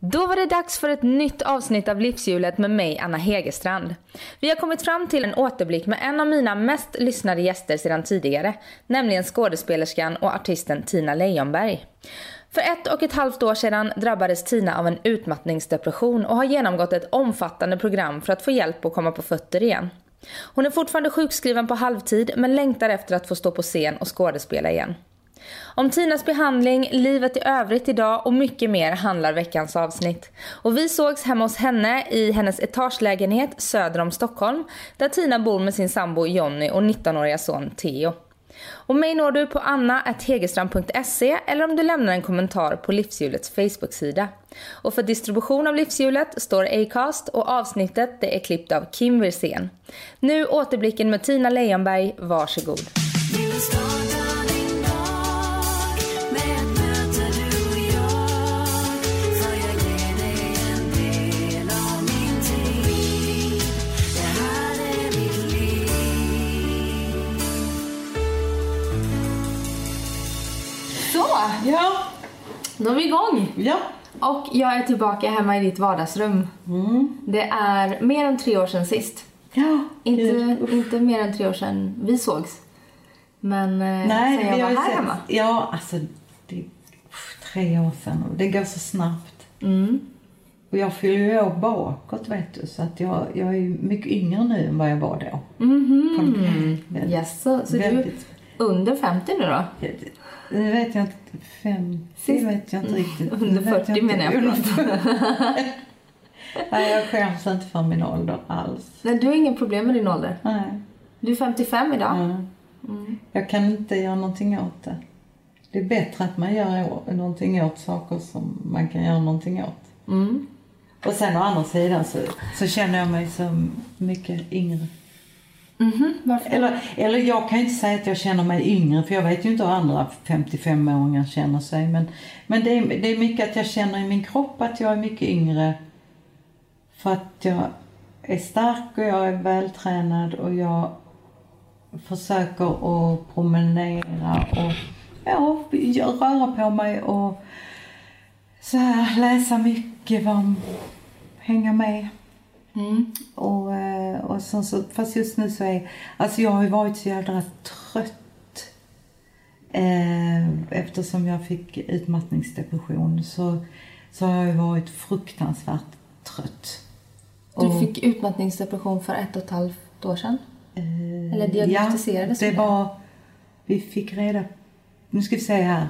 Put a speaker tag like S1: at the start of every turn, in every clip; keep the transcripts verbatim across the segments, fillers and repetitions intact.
S1: Då var det dags för ett nytt avsnitt av Livshjulet med mig, Anna Hegerstrand. Vi har kommit fram till en återblick med en av mina mest lyssnade gäster sedan tidigare, nämligen skådespelerskan och artisten Tina Lejonberg. För ett och ett halvt år sedan drabbades Tina av en utmattningsdepression och har genomgått ett omfattande program för att få hjälp att komma på fötter igen. Hon är fortfarande sjukskriven på halvtid men längtar efter att få stå på scen och skådespela igen. Om Tinas behandling, livet i övrigt idag och mycket mer handlar veckans avsnitt. Och vi sågs hemma hos henne i hennes etagelägenhet söder om Stockholm, där Tina bor med sin sambo Jonny och nittonåriga son Theo. Och mig når du på anna at hegerstrand punkt se eller om du lämnar en kommentar på Livshjulets Facebook-sida. Och för distribution av Livshjulet står Acast och avsnittet det är klippt av Kim Wirsén. Nu återblicken med Tina Lejonberg, varsågod.
S2: Ja,
S1: då är vi igång.
S2: Ja.
S1: Och jag är tillbaka hemma i ditt vardagsrum.
S2: Mm.
S1: Det är mer än tre år sedan sist.
S2: Ja.
S1: Inte, inte mer än tre år sedan vi sågs. Men
S2: Nej,
S1: sen jag var här sett, hemma.
S2: Ja, alltså det är tre år sedan. Och det går så snabbt.
S1: Mm.
S2: Och jag fyller ju år bakåt, vet du. Så att jag, jag är mycket yngre nu än vad jag var då.
S1: Mm-hmm.
S2: Väldigt,
S1: yes, så, så
S2: väldigt,
S1: du är under femtio nu då?
S2: Det vet jag inte. Fem, det vet jag inte riktigt.
S1: Under fyrtio menar jag.
S2: Nej, jag skäms inte för min ålder alls.
S1: Nej, du har ingen problem med din ålder.
S2: Nej.
S1: Du är femtiofem idag.
S2: Ja.
S1: Mm.
S2: Jag kan inte göra någonting åt det. Det är bättre att man gör någonting åt saker som man kan göra någonting åt.
S1: Mm.
S2: Och sen å andra sidan så, så känner jag mig så mycket yngre.
S1: Mm-hmm. Varför?
S2: Eller, eller jag kan inte säga att jag känner mig yngre, för jag vet ju inte hur andra femtiofem-åringar känner sig. Men, men det, är, det är mycket att jag känner i min kropp att jag är mycket yngre. För att jag är stark och jag är vältränad och jag försöker att promenera och ja, röra på mig och så här, läsa mycket, var, hänga med.
S1: Mm.
S2: Och, och så, så, fast just nu så är, alltså jag har ju varit så jävla trött eh, eftersom jag fick utmattningsdepression så, så har jag varit fruktansvärt trött.
S1: Du
S2: och,
S1: fick utmattningsdepression för ett och ett halvt år sedan? Eh, Eller diagnostiserades
S2: ja, det var, vi fick reda, nu ska vi säga här,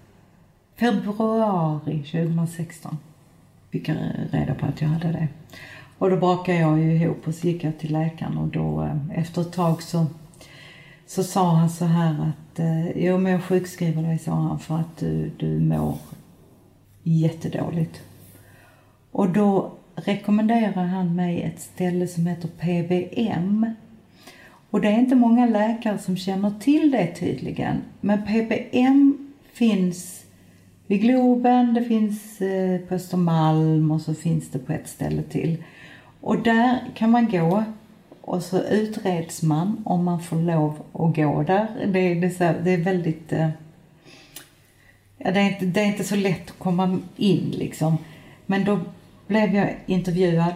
S2: februari tjugohundrasexton fick jag reda på att jag hade det. Och då brakade jag ju ihop och så gick jag till läkaren och då efter ett tag så, så sa han så här att jo men jag sjukskriver dig, sa han, för att du, du mår jättedåligt. Och då rekommenderar han mig ett ställe som heter P V M. Och det är inte många läkare som känner till det tydligen. Men P V M finns vid Globen, det finns på Östermalm och så finns det på ett ställe till. Och där kan man gå och så utreds man om man får lov att gå där. Det är, det är, så, det är väldigt... Ja, det, är inte, det är inte så lätt att komma in liksom. Men då blev jag intervjuad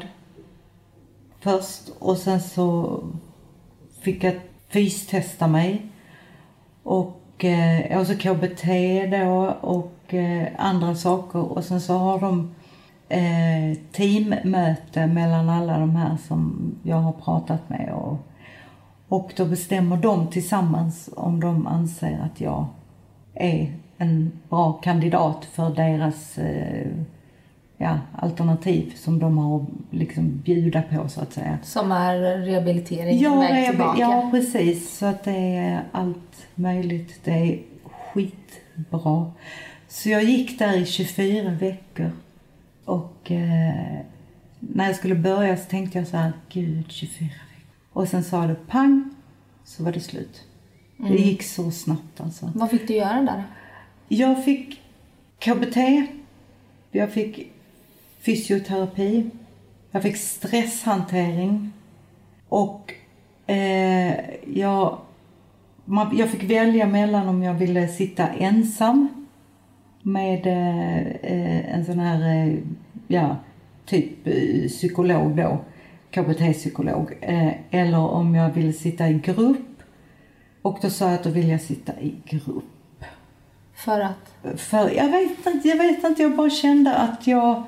S2: först och sen så fick jag fystesta mig. Och, och så K B T då och andra saker. Och sen så har de Eh, teammöte mellan alla de här som jag har pratat med och, och då bestämmer de tillsammans om de anser att jag är en bra kandidat för deras eh, ja, alternativ som de har liksom bjuda på så att säga.
S1: Som är rehabilitering,
S2: ja,
S1: väg tillbaka.
S2: Ja, precis. Så att det är allt möjligt. Det är skitbra. Så jag gick där i tjugofyra veckor. Och eh, när jag skulle börja så tänkte jag så här, gud, tjugofyra veckor. Och sen sa det pang, så var det slut. Mm. Det gick så snabbt alltså.
S1: Vad fick du göra där?
S2: Jag fick K B T, jag fick fysioterapi, jag fick stresshantering och eh, jag, man, jag fick välja mellan om jag ville sitta ensam med eh, en sån här eh, ja, typ psykolog då, K B T-psykolog, eh, eller om jag ville sitta i grupp. Och då sa jag att då vill jag sitta i grupp.
S1: För att?
S2: För jag vet inte, jag vet inte, jag bara kände att jag,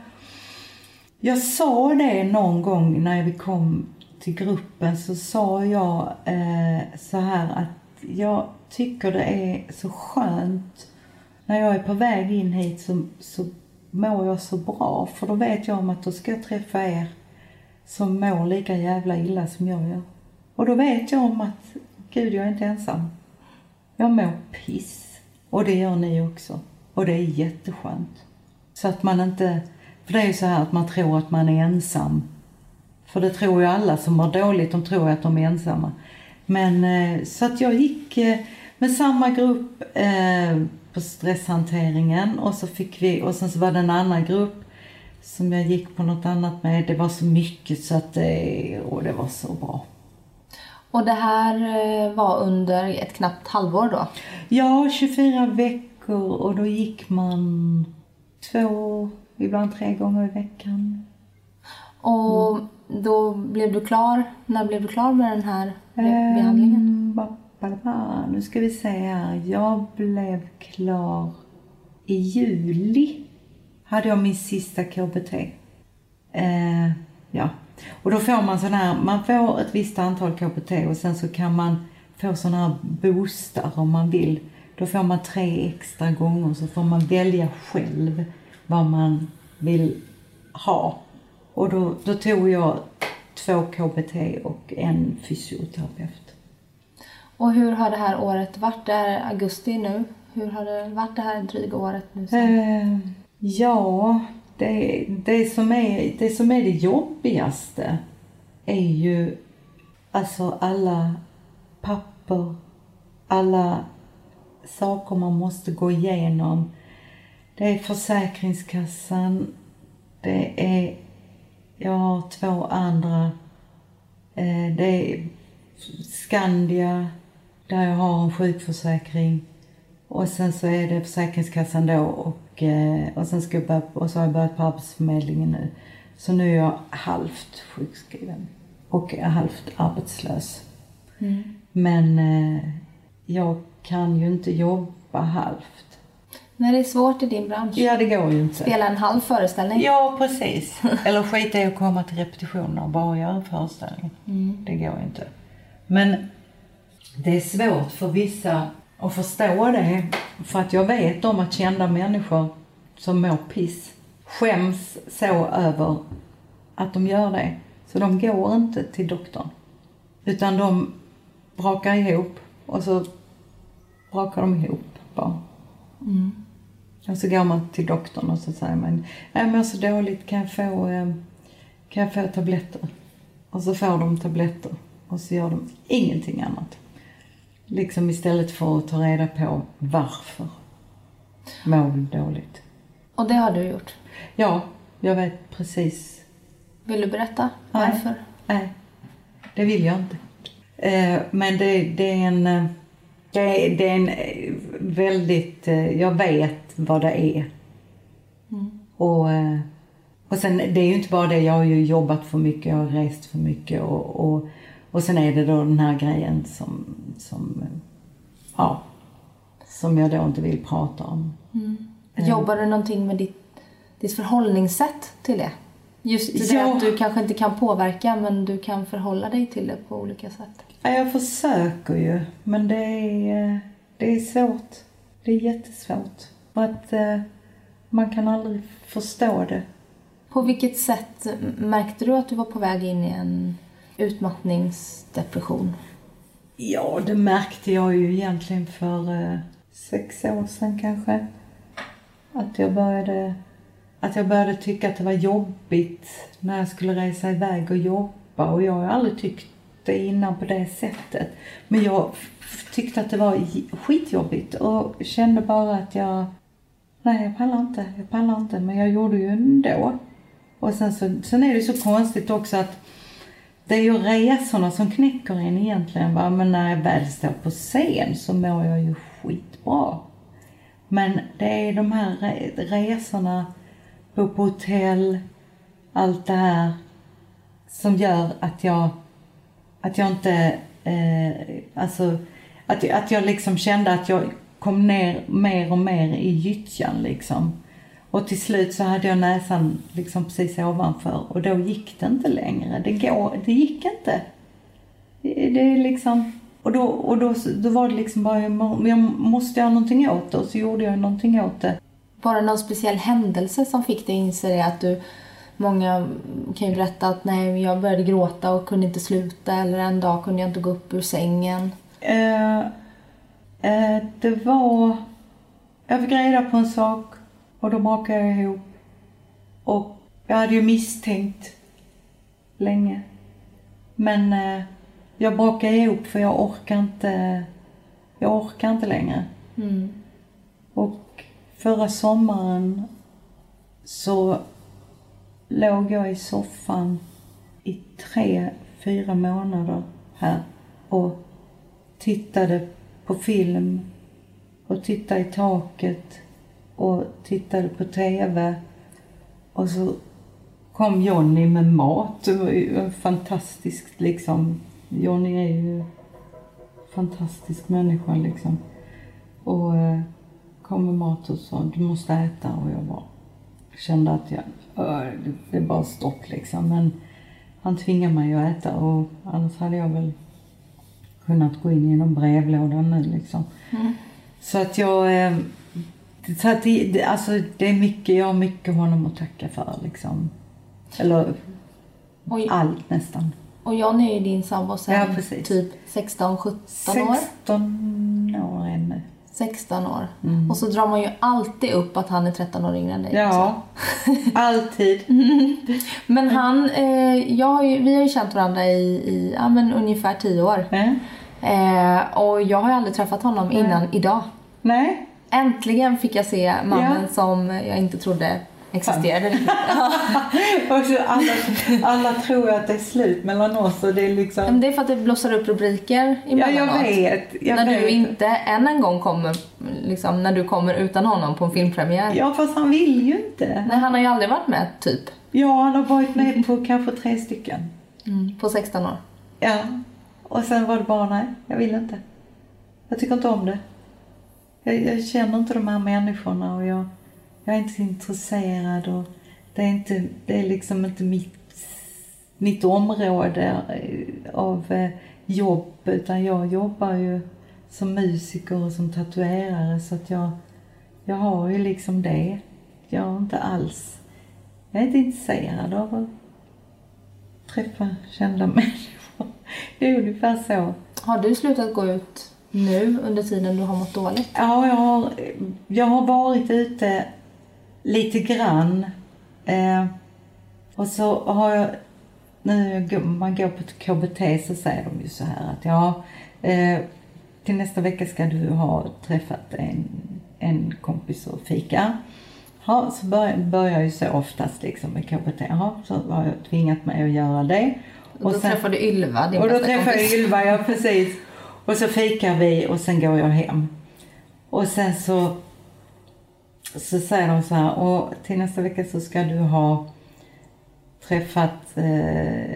S2: jag sa det någon gång när vi kom till gruppen, så sa jag eh, så här att jag tycker det är så skönt när jag är på väg in hit, så, så mår jag så bra. För då vet jag om att då ska jag träffa er som mår lika jävla illa som jag gör. Och då vet jag om att, gud, jag är inte ensam. Jag mår piss. Och det gör ni också. Och det är jätteskönt. Så att man inte, för det är ju så här att man tror att man är ensam. För det tror ju alla som mår dåligt, de tror att de är ensamma. Men så att jag gick med samma grupp eh, på stresshanteringen, och så fick vi, och sen så var det en annan grupp som jag gick på något annat med. Det var så mycket så att det, och det var så bra.
S1: Och det här var under ett knappt halvår då?
S2: Ja, tjugofyra veckor, och då gick man två, ibland tre gånger i veckan.
S1: Och mm. då blev du klar, när blev du klar med den här behandlingen?
S2: Um, ba, ba, ba. Nu ska vi se här, jag blev klar i juli. Hade jag min sista K B T. Uh, ja. Och då får man sån här, man får ett visst antal K B T, och sen så kan man få såna här boostar om man vill. Då får man tre extra gånger, så får man välja själv vad man vill ha. Och då, då tog jag två K B T och en fysioterapeut.
S1: Och hur har det här året varit? Det är augusti nu. Hur har det varit det här dryga året nu?
S2: Uh, ja... Det, det, som är, det som är det jobbigaste är ju alltså alla papper, alla saker man måste gå igenom. Det är Försäkringskassan, det är, jag har två andra, det är Skandia där jag har en sjukförsäkring, och sen så är det Försäkringskassan då, och Och sen ska jag börja, och så har jag börjat på Arbetsförmedlingen nu. Så nu är jag halvt sjukskriven och är halvt arbetslös. Mm. Men eh, jag kan ju inte jobba halvt.
S1: Nej, det är svårt i din bransch.
S2: Ja, det går ju inte.
S1: Spela en halv föreställning.
S2: Ja, precis. Eller skita i att komma till repetitioner och bara göra en föreställning. Mm. Det går ju inte. Men det är svårt för vissa att förstå det, för att jag vet om att kända människor som mår piss skäms så över att de gör det. Så de går inte till doktorn, utan de brakar ihop, och så brakar de ihop bara. Mm. Och så går man till doktorn och så säger man, jag mår så dåligt, kan jag få, kan jag få tabletter? Och så får de tabletter, och så gör de ingenting annat. Liksom istället för att ta reda på varför mår du dåligt.
S1: Och det har du gjort?
S2: Ja, jag vet precis.
S1: Vill du berätta varför?
S2: Nej, nej, det vill jag inte. Eh, men det, det är en... Det är, det är en väldigt... Jag vet vad det är. Mm. Och, och sen, det är ju inte bara det. Jag har ju jobbat för mycket, jag har rest för mycket. Och, och, och sen är det då den här grejen som... som ja, som jag då inte vill prata om.
S1: Mm. Jobbar du någonting med ditt, ditt förhållningssätt till det? Just det,
S2: ja.
S1: Att du kanske inte kan påverka, men du kan förhålla dig till det på olika sätt.
S2: Ja, jag försöker ju, men det är, det är svårt. Det är jättesvårt. För att eh, man kan aldrig förstå det.
S1: På vilket sätt märkte du att du var på väg in i en utmattningsdepression?
S2: Ja, det märkte jag ju egentligen för eh, sex år sedan kanske. Att jag började... Att jag började tycka att det var jobbigt när jag skulle resa iväg och jobba. Och jag har aldrig tyckt det innan på det sättet. Men jag tyckte att det var skitjobbigt och kände bara att jag... Nej, jag pallar inte, jag pallar inte. Men jag gjorde ju ändå. Och sen, så, sen är det så konstigt också att det är ju resorna som knäcker en egentligen. Va? Men när jag väl står på scen så mår jag ju skitbra. Men det är de här resorna... Bo på hotell, allt det här som gör att jag, att jag inte, eh, alltså att, att jag liksom kände att jag kom ner mer och mer i gyttjan liksom. Och till slut så hade jag näsan liksom precis ovanför och då gick det inte längre. Det, går, det gick inte. Det, det är liksom, och då, och då, då var det liksom bara, jag måste göra någonting åt det och så gjorde jag någonting åt det.
S3: Var det någon speciell händelse som fick dig inse det att du, många kan ju berätta att nej, jag började gråta och kunde inte sluta eller en dag kunde jag inte gå upp ur sängen?
S2: Uh, uh, det var, jag fick reda på en sak och då brakade jag ihop och jag hade ju misstänkt länge men uh, jag brakade ihop för jag orkar inte, jag orkar inte längre.
S3: Mm.
S2: Och förra sommaren så låg jag i soffan i tre, fyra månader här och tittade på film och tittade i taket och tittade på tv och så kom Johnny med mat. Det var ju fantastiskt liksom. Johnny är ju en fantastisk människa liksom. Och eh, kom med mat och sa du måste äta och jag bara kände att jag, ö, det är bara stopp liksom. Men han tvingade mig att äta och annars hade jag väl kunnat gå in i någon brevlåda nu liksom.
S3: Mm.
S2: Så att jag, eh, så att det, alltså det är mycket, jag har mycket honom att tacka för liksom. Eller
S3: Oj.
S2: allt nästan.
S3: Och John är ju din sambo sedan
S2: ja,
S3: typ sexton sjutton år.
S2: sexton år ännu.
S3: sexton år.
S2: Mm.
S3: Och så drar man ju alltid upp att han är tretton år yngre än dig.
S2: Ja, alltid.
S3: Mm. Men han, eh, jag har ju, vi har ju känt varandra i, i ja, men ungefär tio år.
S2: Mm.
S3: Eh, och jag har ju aldrig träffat honom
S2: Nej.
S3: innan idag.
S2: Nej.
S3: Äntligen fick jag se mannen
S2: Ja.
S3: som jag inte trodde existerade riktigt.
S2: Och så alla, alla tror att det är slut mellan oss och det är liksom...
S3: Men det är för att det blossar upp rubriker
S2: Ja,
S3: emellanåt.
S2: jag vet. Jag
S3: när
S2: vet.
S3: du inte än en gång kommer, liksom, när du kommer utan honom på en filmpremiär.
S2: Ja, fast han vill ju inte.
S3: Nej, han har ju aldrig varit med, typ.
S2: Ja, han har varit med på kanske tre stycken.
S3: Mm, på sexton år.
S2: Ja, och sen var det bara nej, jag vill inte. Jag tycker inte om det. Jag, jag känner inte de här människorna och jag, jag är inte intresserad och det är, inte, det är liksom inte mitt, mitt område av eh, jobb utan jag jobbar ju som musiker och som tatuerare så att jag, jag har ju liksom det. Jag är inte alls, jag är inte intresserad av att träffa kända människor. Det är ungefär så.
S3: Har du slutat gå ut nu under tiden du har mått dåligt?
S2: Ja, jag har, jag har varit ute lite grann. Eh, och så har jag, när man går på K B T så säger de ju så här att ja, eh, till nästa vecka ska du ha träffat en, en kompis och fika. Ja, så börjar, börjar ju så oftast liksom med K B T. Ja, så har jag tvingat mig att göra det.
S3: Och, och då sen, träffade Ylva, din
S2: och då
S3: bästa
S2: träffade
S3: kompis.
S2: Ylva, ja precis. Och så fikar vi och sen går jag hem. Och sen så, så säger de så här, och till nästa vecka så ska du ha träffat eh,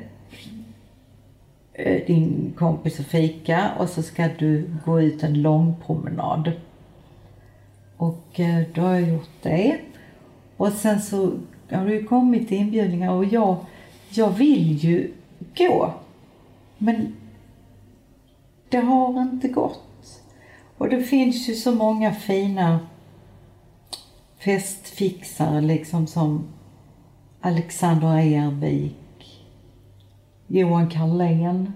S2: din kompis och fika och så ska du gå ut en lång promenad. Och eh, då har jag gjort det. Och sen så har det ju kommit inbjudningar och jag, jag vill ju gå. Men det har inte gått. Och det finns ju så många fina festfixare liksom som Alexander Erbik, Johan Carlén,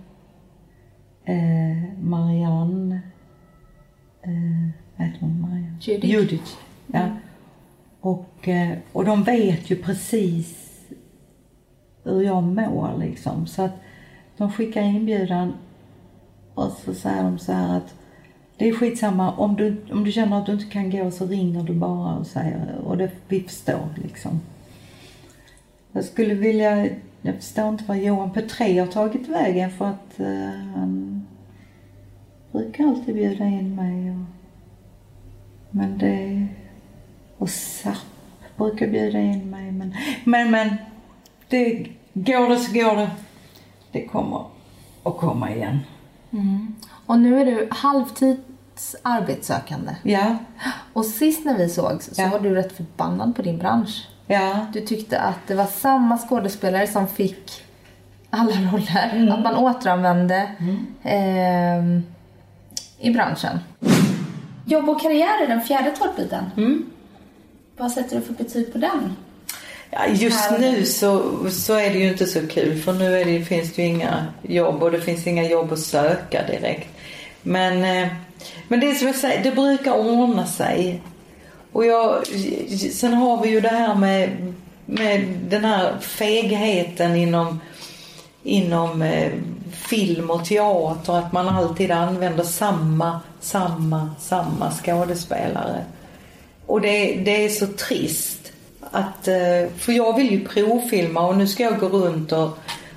S2: eh, Marianne, eh, vad heter hon, Marianne?
S3: Judith.
S2: Judith, ja. Mm. Och, eh, och de vet ju precis hur jag mår liksom. Så att de skickar inbjudan och så säger de så här att det är skitsamma, om du, om du känner att du inte kan gå så ringer du bara och säger, och det vi förstår liksom. Jag skulle vilja, jag förstår inte vad Johan Petré har tagit vägen för att uh, han brukar alltid bjuda in mig. Och, men det, och Zapp brukar bjuda in mig, men, men, men det går det så går det. Det kommer att komma igen.
S3: Mm. Och nu är du halvtids arbetssökande.
S2: Ja.
S3: Och sist när vi sågs så
S2: ja.
S3: var du rätt förbannad på din bransch.
S2: Ja.
S3: Du tyckte att det var samma skådespelare som fick alla roller. Mm. Att man återanvände mm. eh, i branschen. Jobb och karriär är den fjärde tårtbiten. Mm. Vad sätter du för betyg på den?
S2: Ja, just Här nu så, så är det ju inte så kul. För nu är det, finns det ju inga jobb och det finns inga jobb att söka direkt. Men, eh, men det är som jag säger, det brukar ordna sig. Och jag, sen har vi ju det här med, med den här fegheten inom, inom eh, film och teater. Att man alltid använder samma, samma, samma skådespelare. Och det, det är så trist. Att, för jag vill ju provfilma och nu ska jag gå runt och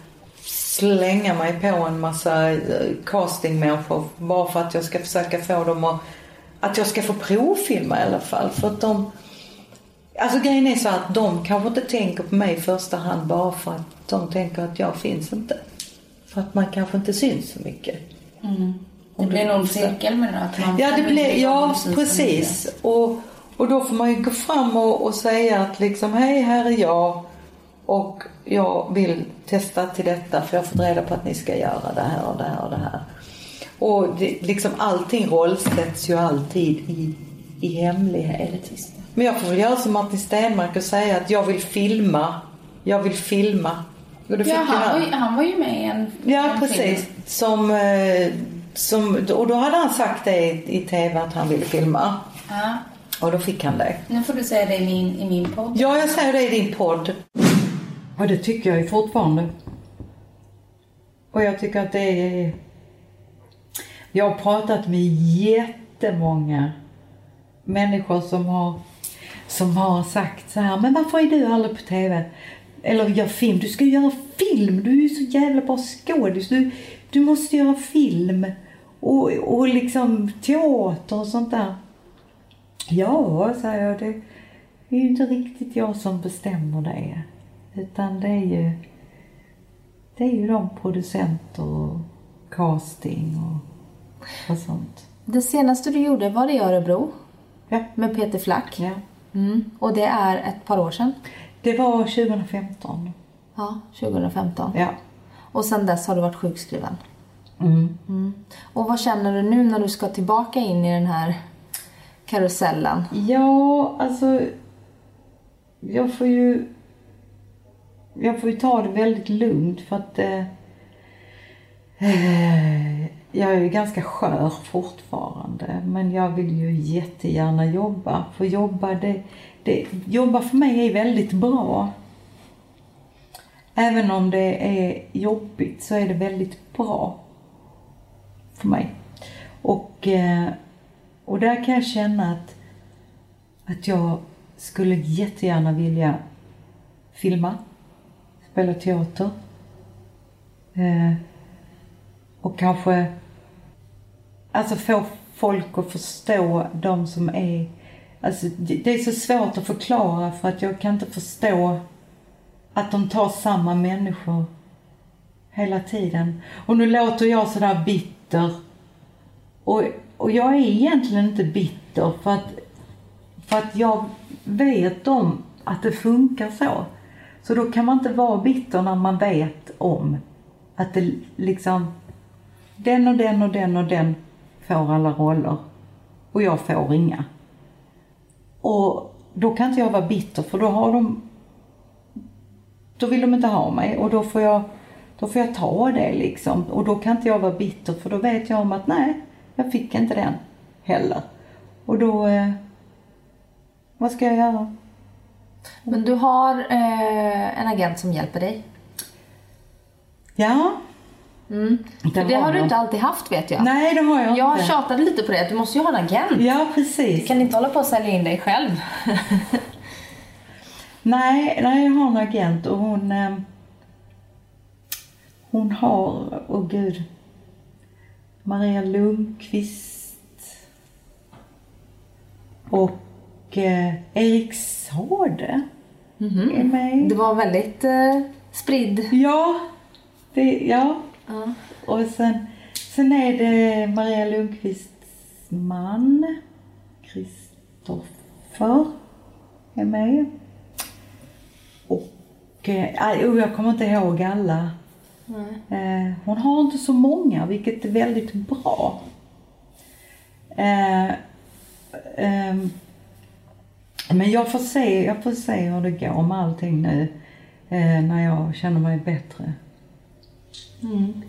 S2: slänga mig på en massa castingmänniskor bara för att jag ska försöka få dem att, att jag ska få provfilma i alla fall. För att de, alltså grejen är så att de kanske inte tänker på mig i första hand bara för att de tänker att jag finns inte. För att man kanske inte syns så mycket.
S3: Mm. Det blir någon cirkel med det att man
S2: ja, det blir, ja precis. Och Och då får man ju gå fram och, och säga att liksom, hej, här är jag och jag vill testa till detta för jag får reda på att ni ska göra det här och det här och det här. Och det, liksom allting rollsätts ju alltid i, i hemlighet. Men jag får väl göra som Martin Stenmark och säga att jag vill filma. Jag vill filma. Och det
S3: ja,
S2: fick
S3: han, var ju, han var ju med i en
S2: Ja,
S3: en
S2: precis. Som, som, och då hade han sagt det i, i tv att han ville filma.
S3: Ja.
S2: Och då fick han det.
S3: Nu får du säga det i min, i min podd.
S2: Ja, jag säger det i din podd. Och det tycker jag ju fortfarande. Och jag tycker att det är... Jag har pratat med jättemånga människor som har, som har sagt så här: men varför är du aldrig på tv? Eller gör film. Du ska ju göra film. Du är ju så jävla bra skådis. Du, du måste göra film. Och, och liksom teater och sånt där. Ja, säger jag, det är ju inte riktigt jag som bestämmer det. Utan det är ju, det är ju de producenter och casting och, och sånt.
S3: Det senaste du gjorde var det i Örebro.
S2: Ja.
S3: Med Peter Flack.
S2: Ja.
S3: Mm. Och det är ett par år sedan.
S2: Det var tjugohundrafemton.
S3: Ja, tjugohundrafemton.
S2: Ja.
S3: Och sen dess har du varit sjukskriven.
S2: Mm.
S3: Mm. Och vad känner du nu när du ska tillbaka in i den här karusellen?
S2: Ja, alltså jag får ju jag får ju ta det väldigt lugnt för att eh, eh, jag är ju ganska skör fortfarande, men jag vill ju jättegärna jobba. För jobba det, det jobba för mig är väldigt bra. Även om det är jobbigt så är det väldigt bra för mig. Och eh, Och där kan jag känna att, att jag skulle jättegärna vilja filma, spela teater. Eh, och kanske alltså få folk att förstå de som är... Alltså det är så svårt att förklara för att jag kan inte förstå att de tar samma människor hela tiden. Och nu låter jag sådär bitter. Och Och jag är egentligen inte bitter för att, för att jag vet om att det funkar så. Så då kan man inte vara bitter när man vet om att det liksom, den och den och den och den får alla roller och jag får inga. Och då kan inte jag vara bitter för då har de, då vill de inte ha mig och då får jag, då får jag ta det liksom. Och då kan inte jag vara bitter för då vet jag om att nej, jag fick inte den heller. Och då, eh, vad ska jag göra?
S3: Men du har eh, en agent som hjälper dig.
S2: Ja.
S3: Mm. Det, det har du inte alltid haft, vet jag.
S2: Nej, det har jag inte.
S3: Jag tjatade lite på det, att du måste ju ha en agent.
S2: Ja, precis.
S3: Du kan inte hålla på att sälja in dig själv.
S2: nej, nej, jag har en agent och hon, eh, hon har, åh oh gud, Maria Lundqvist och eh, Erik Sade
S3: mm-hmm.
S2: är med.
S3: Det var väldigt eh, spridd.
S2: Ja, det, ja.
S3: Ja.
S2: Och sen, sen är det Maria Lundqvists man, Kristoffer, är med. Och eh, jag kommer inte ihåg alla. Eh, hon har inte så många, vilket är väldigt bra. Eh, eh, men jag får se, jag får se hur det går med allting nu eh, när jag känner mig bättre.
S3: Mm.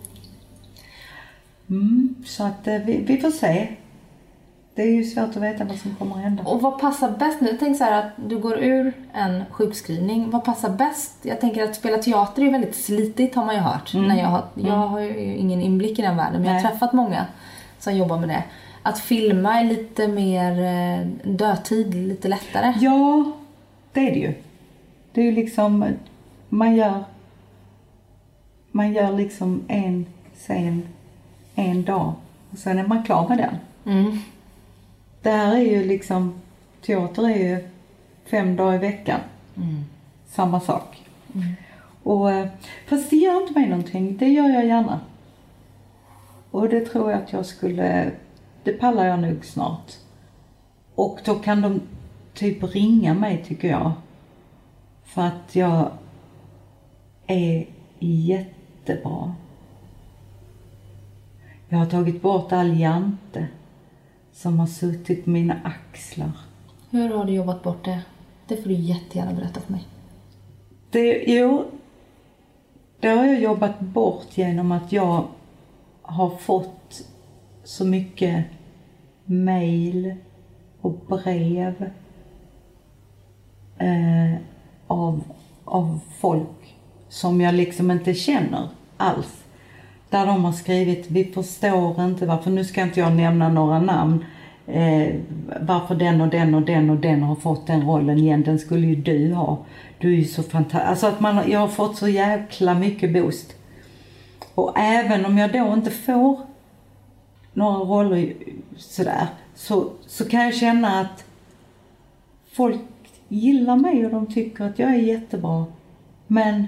S2: Mm, så att eh, vi, vi får se. Det är ju svårt att veta vad som kommer att hända.
S3: Och vad passar bäst nu? Jag tänker så här att du går ur en sjukskrivning. Vad passar bäst? Jag tänker att spela teater är väldigt slitigt, har man ju hört. Mm. När jag, har, jag mm. har ju ingen inblick i den världen, men jag har träffat många som jobbar med det. Att filma är lite mer dödtid, lite lättare.
S2: Ja, det är det ju. Det är ju liksom, man gör, man gör liksom en scen en dag. Och sen är man klar med den.
S3: Mm.
S2: Det här är ju liksom, teater är ju fem dagar i veckan.
S3: Mm.
S2: Samma sak.
S3: Mm.
S2: Och, fast det gör inte mig någonting, det gör jag gärna. Och det tror jag att jag skulle, det pallar jag nog snart. Och då kan de typ ringa mig, tycker jag. För att jag är jättebra. Jag har tagit bort all jante som har suttit på mina axlar.
S3: Hur har du jobbat bort det? Det får du jättegärna berätta för mig.
S2: Det, jo, det har jag jobbat bort genom att jag har fått så mycket mejl och brev eh, av, av folk som jag liksom inte känner alls. Där de har skrivit, vi förstår inte varför, nu ska inte jag nämna några namn, eh, varför den och den och den och den har fått den rollen igen, den skulle ju du ha. Du är ju så fantastisk. Alltså att man, jag har fått så jäkla mycket boost. Och även om jag då inte får några roller sådär, så, så kan jag känna att folk gillar mig och de tycker att jag är jättebra. Men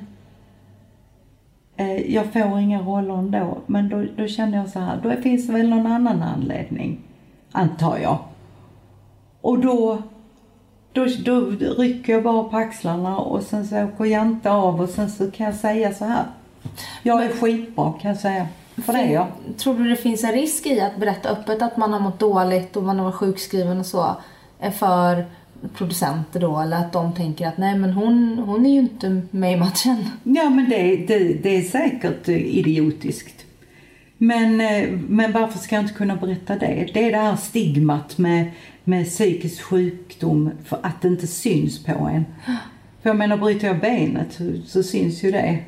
S2: eh, jag får inga roller ändå. Men då, då känner jag så här, då finns det väl någon annan anledning, antar jag. Och då, då, då rycker jag bara på axlarna och sen så åker jag inte av och sen så kan jag säga så här. Jag är skitbra, kan jag säga. För det är jag.
S3: Tror du det finns en risk i att berätta öppet att man har mått dåligt och man har varit sjukskriven och så för producenter då? Eller att de tänker att nej, men hon, hon är ju inte med i matchen.
S2: Ja, men det, det, det är säkert idiotiskt. Men, men varför ska jag inte kunna berätta det? Det är det här stigmat med, med psykisk sjukdom för att det inte syns på en. För jag menar, bryter jag benet så, så syns ju det.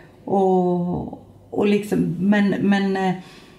S2: Och, och liksom, men, men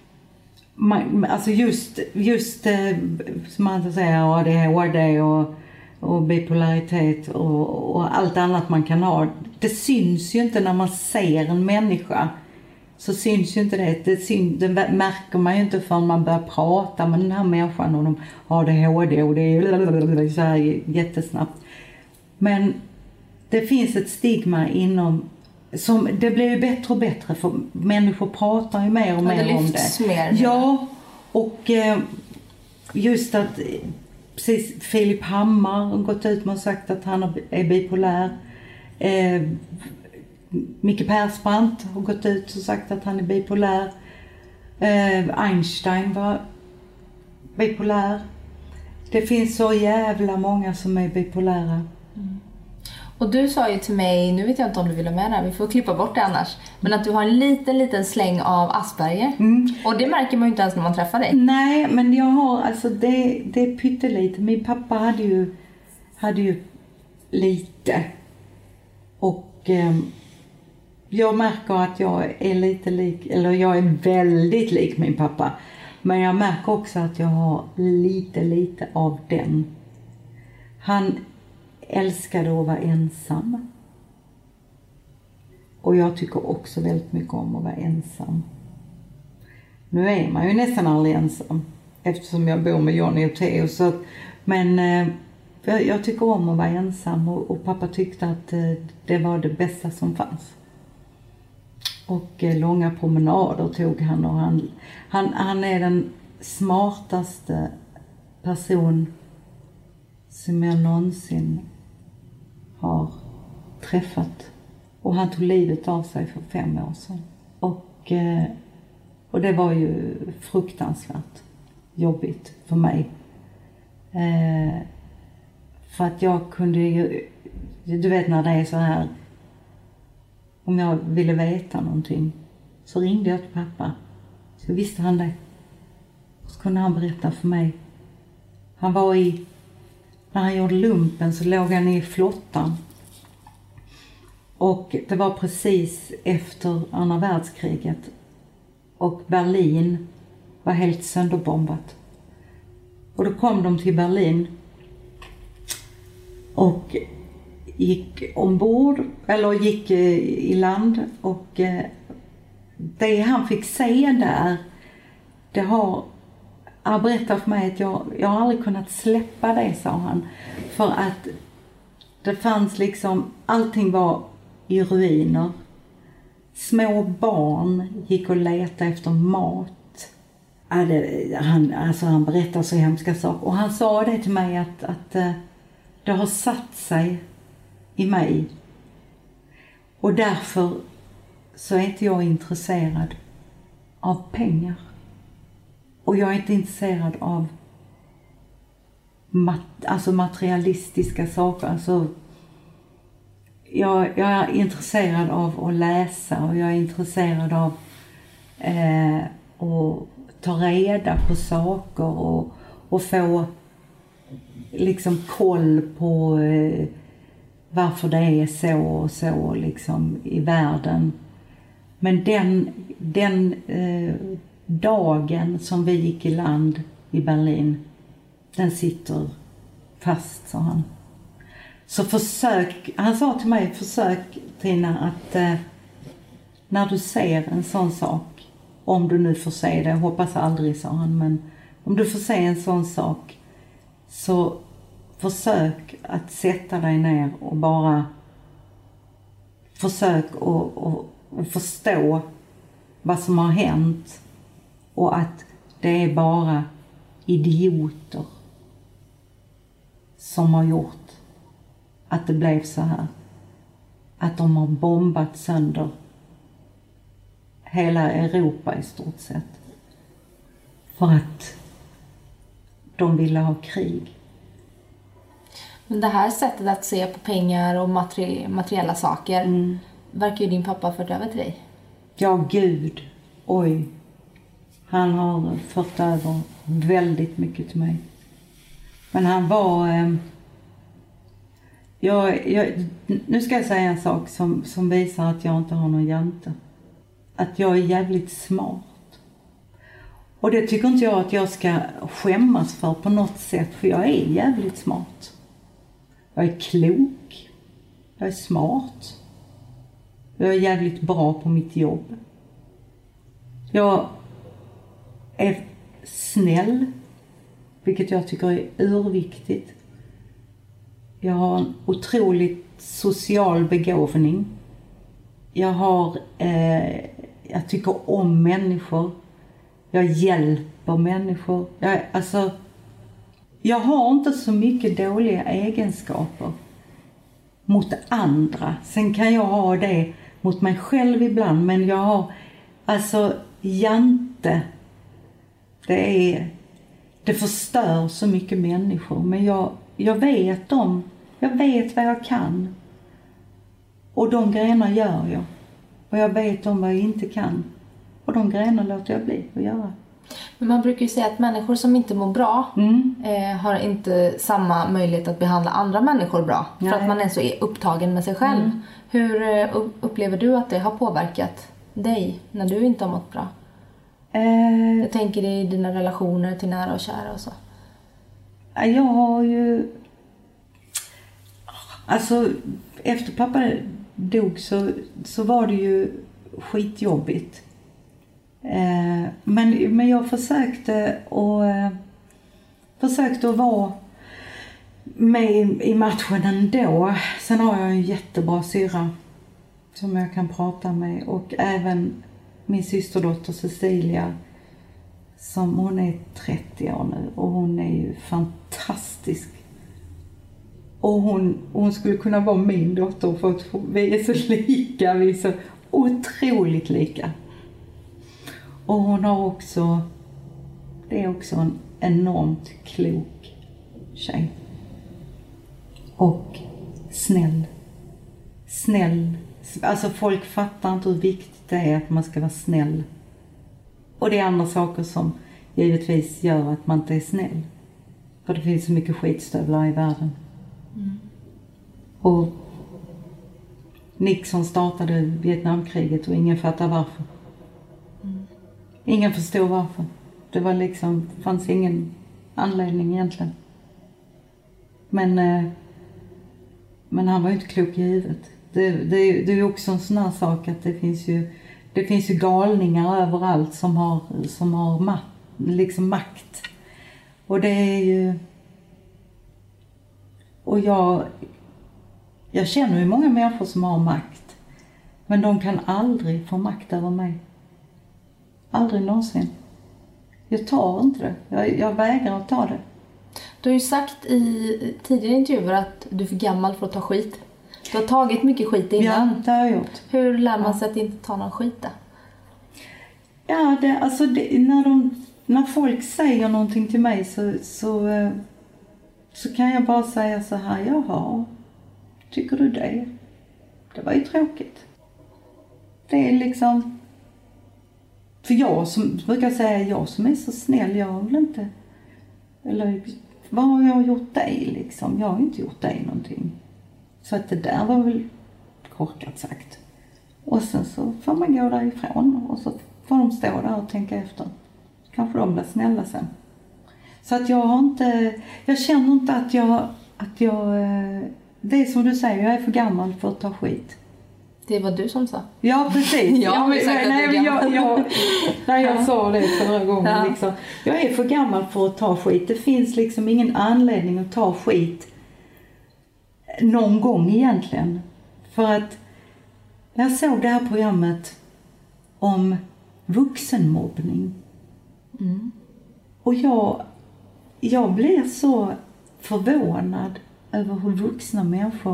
S2: man, alltså just, just som man säger, A D H D och, och bipolaritet och, och allt annat man kan ha, det syns ju inte när man ser en människa. Så syns ju inte det, det, syns, det märker man ju inte förrän man börjar prata med den här människan och de har A D H D och det är så här jättesnabbt. Men det finns ett stigma inom, som det blir ju bättre och bättre, för människor pratar ju mer och mer om det.
S3: Mer.
S2: Ja, och eh, just att precis Filip Hammar har gått ut med och sagt att han är bipolär. Eh, Micke Persbrandt har gått ut och sagt att han är bipolär. Eh, Einstein var bipolär. Det finns så jävla många som är bipolära.
S3: Mm. Och du sa ju till mig, nu vet jag inte om du vill ha med det här, vi får klippa bort det annars, men att du har en liten, liten släng av Asperger. Mm. Och det märker man ju inte ens när man träffar dig.
S2: Nej, men jag har, alltså det, det är pyttelite. Min pappa hade ju, hade ju lite. Och eh, jag märker att jag är lite lik, eller jag är väldigt lik min pappa. Men jag märker också att jag har lite, lite av den. Han älskade att vara ensam. Och jag tycker också väldigt mycket om att vara ensam. Nu är man ju nästan aldrig ensam, eftersom jag bor med Johnny och Theo. Så, men eh, jag tycker om att vara ensam och, och pappa tyckte att eh, det var det bästa som fanns. Och eh, långa promenader tog han. Och han, han, han är den smartaste person som jag någonsin har träffat. Och han tog livet av sig för fem år sedan. Och, eh, och det var ju fruktansvärt jobbigt för mig. Eh, för att jag kunde ju, du vet när det är så här, om jag ville veta någonting så ringde jag till pappa. Så visste han det. Så kunde han berätta för mig. Han var i, när han gjorde lumpen så låg han i flottan. Och det var precis efter andra världskriget. Och Berlin var helt sönderbombat. Och då kom de till Berlin. Och gick ombord, eller gick i land. Och det han fick se där, det har, han berättade för mig att jag, jag har aldrig kunnat släppa det, sa han. För att det fanns liksom, allting var i ruiner. Små barn gick och letade efter mat. Han, alltså han berättade så hemska saker. Och han sa det till mig att, att det har satt sig i mig. Och därför så är inte jag intresserad av pengar. Och jag är inte intresserad av mat, alltså materialistiska saker. Alltså jag, jag är intresserad av att läsa och jag är intresserad av eh, att ta reda på saker och, och få liksom koll på eh, varför det är så och så liksom i världen. Men den, den eh, dagen som vi gick i land i Berlin, den sitter fast, sa han. Så försök, han sa till mig, försök Tina att eh, när du ser en sån sak, om du nu får se det, hoppas aldrig, sa han, men om du får se en sån sak så försök att sätta dig ner och bara försök att, att, att förstå vad som har hänt och att det är bara idioter som har gjort att det blev så här. Att de har bombat sönder hela Europa i stort sett. För att de ville ha krig.
S3: Men det här sättet att se på pengar och materi- materiella saker mm. verkar ju din pappa ha fört över till dig.
S2: Ja, gud. Oj. Han har fört över väldigt mycket till mig. Men han var... Eh, jag, jag, nu ska jag säga en sak som, som visar att jag inte har någon jante. Att jag är jävligt smart. Och det tycker inte jag att jag ska skämmas för på något sätt. För jag är jävligt smart. Jag är klok. Jag är smart. Jag är jävligt bra på mitt jobb. Jag är snäll. Vilket jag tycker är urviktigt. Jag har en otroligt social begåvning. Jag har... Eh, jag tycker om människor. Jag hjälper människor. Jag, alltså... Jag har inte så mycket dåliga egenskaper mot andra. Sen kan jag ha det mot mig själv ibland. Men jag har... Alltså, jante. Det är... Det förstör så mycket människor. Men jag, jag vet om... Jag vet vad jag kan. Och de grejerna gör jag. Och jag vet om vad jag inte kan. Och de grejerna låter jag bli att göra.
S3: Men man brukar ju säga att människor som inte mår bra
S2: mm.
S3: eh, har inte samma möjlighet att behandla andra människor bra.
S2: Nej.
S3: För att man är så upptagen med sig själv. Mm. Hur eh, upplever du att det har påverkat dig när du inte har mått bra?
S2: Eh,
S3: jag tänker i dina relationer till nära och kära och så.
S2: Jag har ju... Alltså, efter pappa dog så, så var det ju skitjobbigt. Eh, men, men jag försökte och eh, försökte att vara med i, i matchen ändå. Sen har jag en jättebra syra som jag kan prata med. Och även min systerdotter Cecilia, som hon är trettio år nu och hon är ju fantastisk. Och hon, hon skulle kunna vara min dotter för att vi är så lika, vi är så otroligt lika. Och hon har också, det är också en enormt klok tjej. Och snäll. Snäll. Alltså folk fattar inte hur viktigt det är att man ska vara snäll. Och det är andra saker som givetvis gör att man inte är snäll. För det finns så mycket skitstövlar i världen. Mm. Och Nixon startade Vietnamkriget och ingen fattar varför. Mm. Ingen förstod varför. Det var liksom, fanns ingen anledning egentligen. Men, eh, men han var ju inte klok i huvudet. Det, det, det är ju också en sån här sak att det finns ju, det finns ju galningar överallt som har, som har ma- liksom makt. Och det är ju... Och jag, jag känner ju många människor som har makt. Men de kan aldrig få makt över mig. Aldrig någonsin. Jag tar inte det. Jag, jag vägrar att ta det.
S3: Du har ju sagt i tidigare intervjuer att du är för gammal för att ta skit. Du har tagit mycket skit innan.
S2: Ja, det har jag gjort.
S3: Hur lär man sig att inte ta någon skit då?
S2: Ja, det, alltså det, när, de, när folk säger någonting till mig så, så, så kan jag bara säga så här: jaha, tycker du det? Det var ju tråkigt. Det är liksom... För jag som brukar säga, jag som är så snäll, jag har väl inte... Eller vad har jag gjort dig liksom? Jag har inte gjort dig någonting. Så att det där var väl korkat sagt. Och sen så får man gå därifrån och så får de stå där och tänka efter. Kanske de blir snälla sen. Så att jag har inte... Jag känner inte att jag... Att jag det är som du säger, jag är för gammal för att ta skit.
S3: Det var du som sa.
S2: Ja, precis.
S3: Jag har
S2: ja,
S3: sagt
S2: nej,
S3: att
S2: nej,
S3: du är
S2: jag, jag, nej, jag sa det förra gången.
S3: Ja.
S2: Liksom. Jag är för gammal för att ta skit. Det finns liksom ingen anledning att ta skit någon gång egentligen. För att jag såg det här programmet om vuxenmobbning. Mm. Och jag, jag blev så förvånad över hur vuxna människor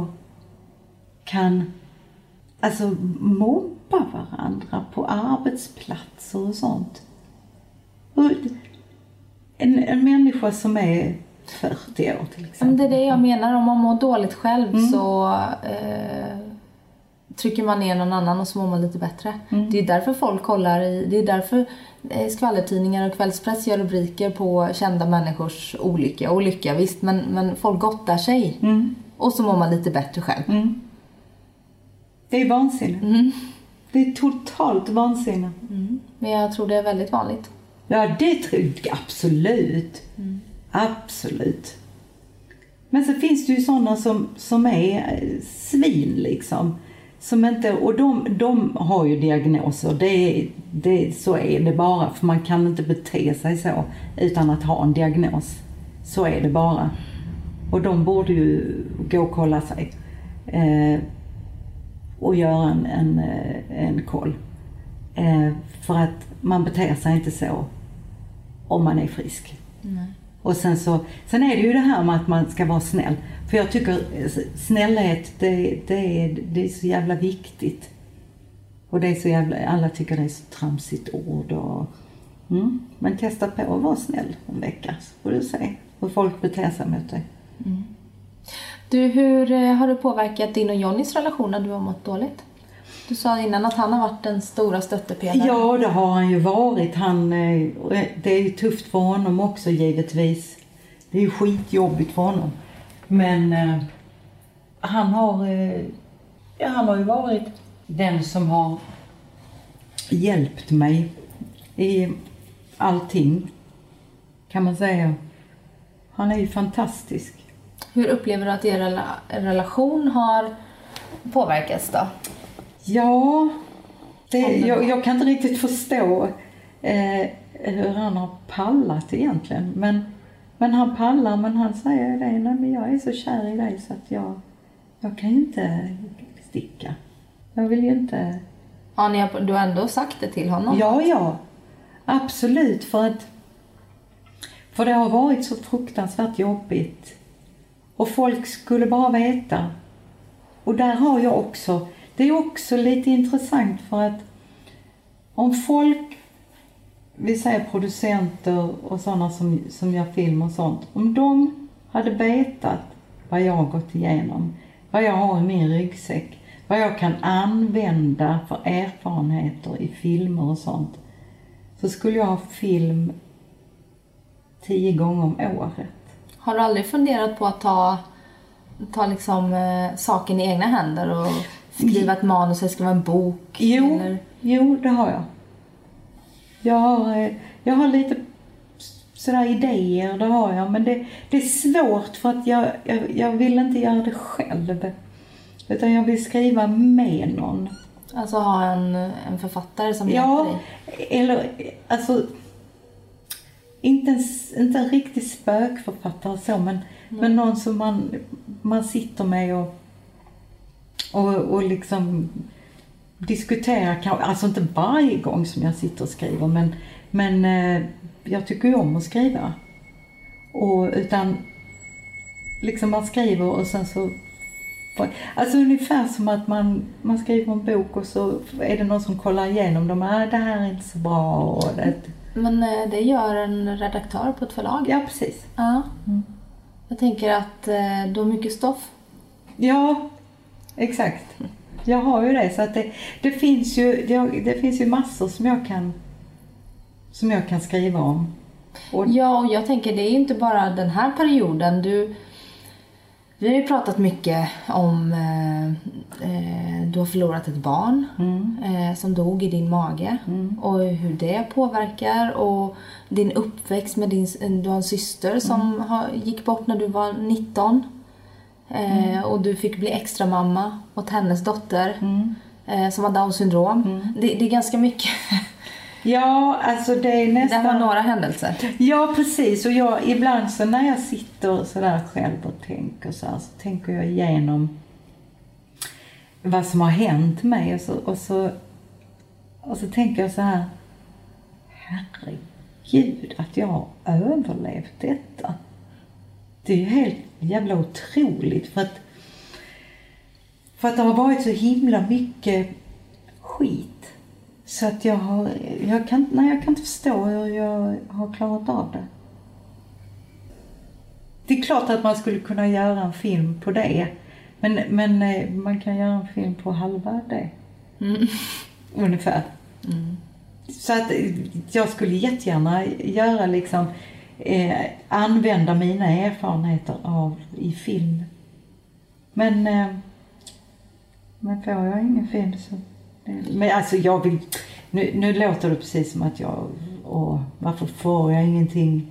S2: kan alltså mobba varandra på arbetsplatser och sånt. Och en, en människa som är fyrtio år till exempel.
S3: Men det är det jag menar, om man mår dåligt själv mm. så eh, trycker man ner någon annan och så mår man lite bättre. Mm. Det är därför folk kollar i, det är därför eh, skvallertidningar och kvällspress gör rubriker på kända människors olycka och lycka, visst, men, men folk gottar sig mm. och så mår man lite bättre själv.
S2: Mm. Det är vansinne. Mm. Det är totalt vansinne.
S3: Mm. Men jag tror det är väldigt vanligt.
S2: Ja, det tror jag absolut. Mm. Absolut. Men så finns det ju sådana som, som är svin liksom. Som inte, och de, de har ju diagnoser. Det, det, så är det bara. För man kan inte bete sig så utan att ha en diagnos. Så är det bara. Och de borde ju gå och kolla sig. Eh, och göra en, en, en koll. Eh, för att man beter sig inte så om man är frisk. Mm. Och sen så sen är det ju det här med att man ska vara snäll. För jag tycker snällhet, det, det, är, det är så jävla viktigt. Och det är så jävla, alla tycker det är så tramsigt ord. Och, mm, men testa på att vara snäll en vecka. Så får du se hur folk beter sig mot dig.
S3: Mm. Du, hur har det påverkat din och Johnnys relation när du har mått dåligt? Du sa innan att han har varit den stora stöttepelaren.
S2: Ja, det har han ju varit. Han, det är ju tufft för honom också givetvis. Det är ju skitjobbigt för honom. Men eh, han har eh, ja, han har ju varit den som har hjälpt mig i allting, kan man säga. Han är ju fantastisk.
S3: Hur upplever du att er rela- relation har påverkats då?
S2: Ja, det, jag, jag kan inte riktigt förstå eh, hur han har pallat egentligen. Men, men han pallar, men han säger det. Nej, men jag är så kär i dig så att jag, jag kan ju inte sticka. Jag vill ju inte...
S3: Ja, ni har, du har ändå sagt det till honom?
S2: Ja, ja. Absolut, för att... För det har varit så fruktansvärt jobbigt. Och folk skulle bara veta. Och där har jag också... Det är också lite intressant för att... Om folk... Vi säger producenter och sådana som, som gör film och sånt. Om de hade vetat vad jag har gått igenom. Vad jag har i min ryggsäck. Vad jag kan använda för erfarenheter i filmer och sånt. Så skulle jag ha film tio gånger om året.
S3: Har du aldrig funderat på att ta, ta liksom, eh, saken i egna händer och skriva ett manus eller skriva en bok?
S2: Jo,
S3: eller?
S2: jo det har jag. Jag har, jag har lite sådär idéer, det har jag. Men det, det är svårt för att jag, jag, jag vill inte göra det själv. Utan jag vill skriva med någon.
S3: Alltså ha en, en författare som
S2: ja,
S3: hjälper dig?
S2: Eller alltså... Inte en, inte en riktig spökförfattare så, men, mm. men någon som man, man sitter med och, och, och liksom diskuterar. Alltså inte varje gång som jag sitter och skriver, men, men eh, jag tycker ju om att skriva. Och, utan liksom man skriver och sen så... Alltså ungefär som att man, man skriver en bok och så är det någon som kollar igenom dem. Ah, det här är inte så bra. Och det...
S3: Men det gör en redaktör på ett förlag?
S2: Ja, precis.
S3: Ja. Mm. Jag tänker att du har mycket stoff.
S2: Ja, exakt. Jag har ju det. Så att det, det, finns ju, det, det finns ju massor som jag kan, som jag kan skriva om.
S3: Och... Ja, och jag tänker det är ju inte bara den här perioden. Du... Vi har ju pratat mycket om eh, du har förlorat ett barn mm. eh, som dog i din mage mm. och hur det påverkar och din uppväxt med din, du har en syster som mm. har, gick bort när du var nitton eh, mm. och du fick bli extra mamma åt hennes dotter mm. eh, som har Down syndrom. Mm. Det, det är ganska mycket.
S2: Ja, alltså det är nästan...
S3: Det var några händelser.
S2: Ja, precis. Och jag, ibland så när jag sitter så där själv och tänker så här, så tänker jag igenom vad som har hänt mig. Och så, och så, och så tänker jag så här, herregud att jag har överlevt detta. Det är ju helt jävla otroligt för att, för att det har varit så himla mycket skit. Så att jag har, jag kan, nej, jag kan inte förstå hur jag har klarat av det. Det är klart att man skulle kunna göra en film på det. Men, men man kan göra en film på halva det. Mm. Ungefär. Mm. Så att jag skulle jättegärna göra liksom, eh, använda mina erfarenheter av i film. Men, eh, men får jag ingen film så... Men alltså jag vill, nu, nu låter det precis som att jag, åh, varför får jag ingenting?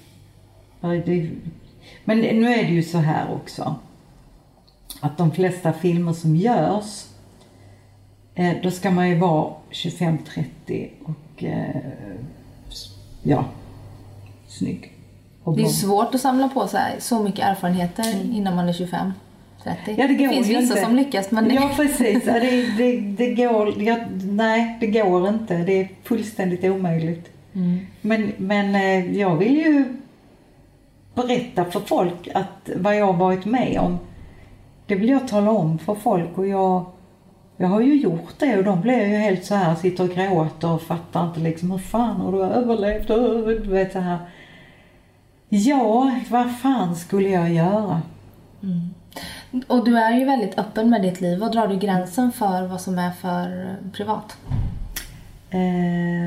S2: Men nu är det ju så här också, att de flesta filmer som görs, eh, då ska man ju vara tjugofem trettio och eh, ja, snygg. Och
S3: det är svårt att samla på sig så mycket erfarenheter mm. innan man är tjugofem. trettio.
S2: Ja, det, går
S3: det finns vissa
S2: inte.
S3: som lyckas, men det...
S2: Ja, precis. Ja, det, det, det går... Ja, nej, det går inte. Det är fullständigt omöjligt. Mm. Men, men jag vill ju berätta för folk att vad jag har varit med om, det vill jag tala om för folk. Och jag, jag har ju gjort det och de blir ju helt så här, sitter och gråter och fattar inte liksom hur fan har du överlevt? Du vet så här. Ja, vad fan skulle jag göra?
S3: Mm. Och du är ju väldigt öppen med ditt liv. Vad drar du gränsen för vad som är för privat?
S2: Eh,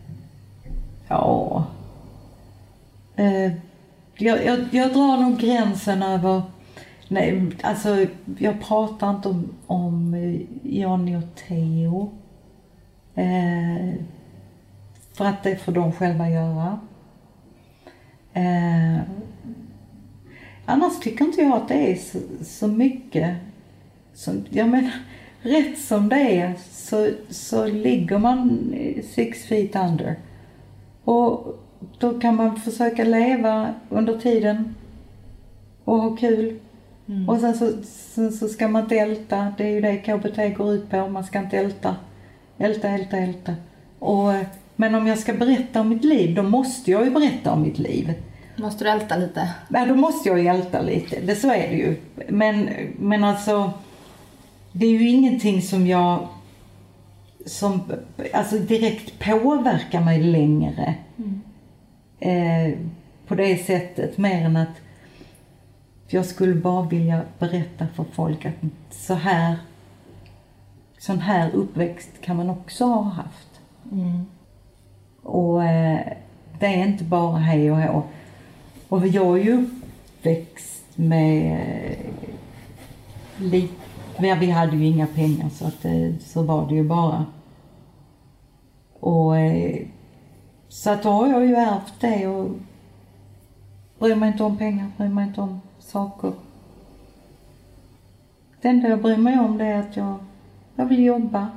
S2: ja. Eh, jag, jag, jag drar nog gränsen över... Nej, alltså jag pratar inte om, om Johnny och Theo. Eh, för att det får de själva göra. Eh, Annars tycker inte jag att det är så, så mycket. Som, jag menar, rätt som det är så, så ligger man six feet under. Och då kan man försöka leva under tiden och ha kul. Mm. Och sen så, så, så ska man inte älta. Det är ju det K B T går ut på. Man ska inte älta. Älta, älta, älta. Och, men om jag ska berätta om mitt liv, då måste jag ju berätta om mitt liv.
S3: Måste du älta lite?
S2: Ja, då måste jag ju älta lite. Det, så är det ju. Men, men alltså, det är ju ingenting som jag som alltså direkt påverkar mig längre. Mm. Eh, på det sättet. Mer än att jag skulle bara vilja berätta för folk att så här sån här uppväxt kan man också ha haft. Mm. Och eh, det är inte bara hej och hå. Och jag är ju uppväxt med lite, vi hade ju inga pengar så att så var det ju bara. Och så att då har jag ju ärvt det och bryr mig inte om pengar, bryr mig inte om saker. Det enda jag bryr mig om det är att jag, jag vill jobba.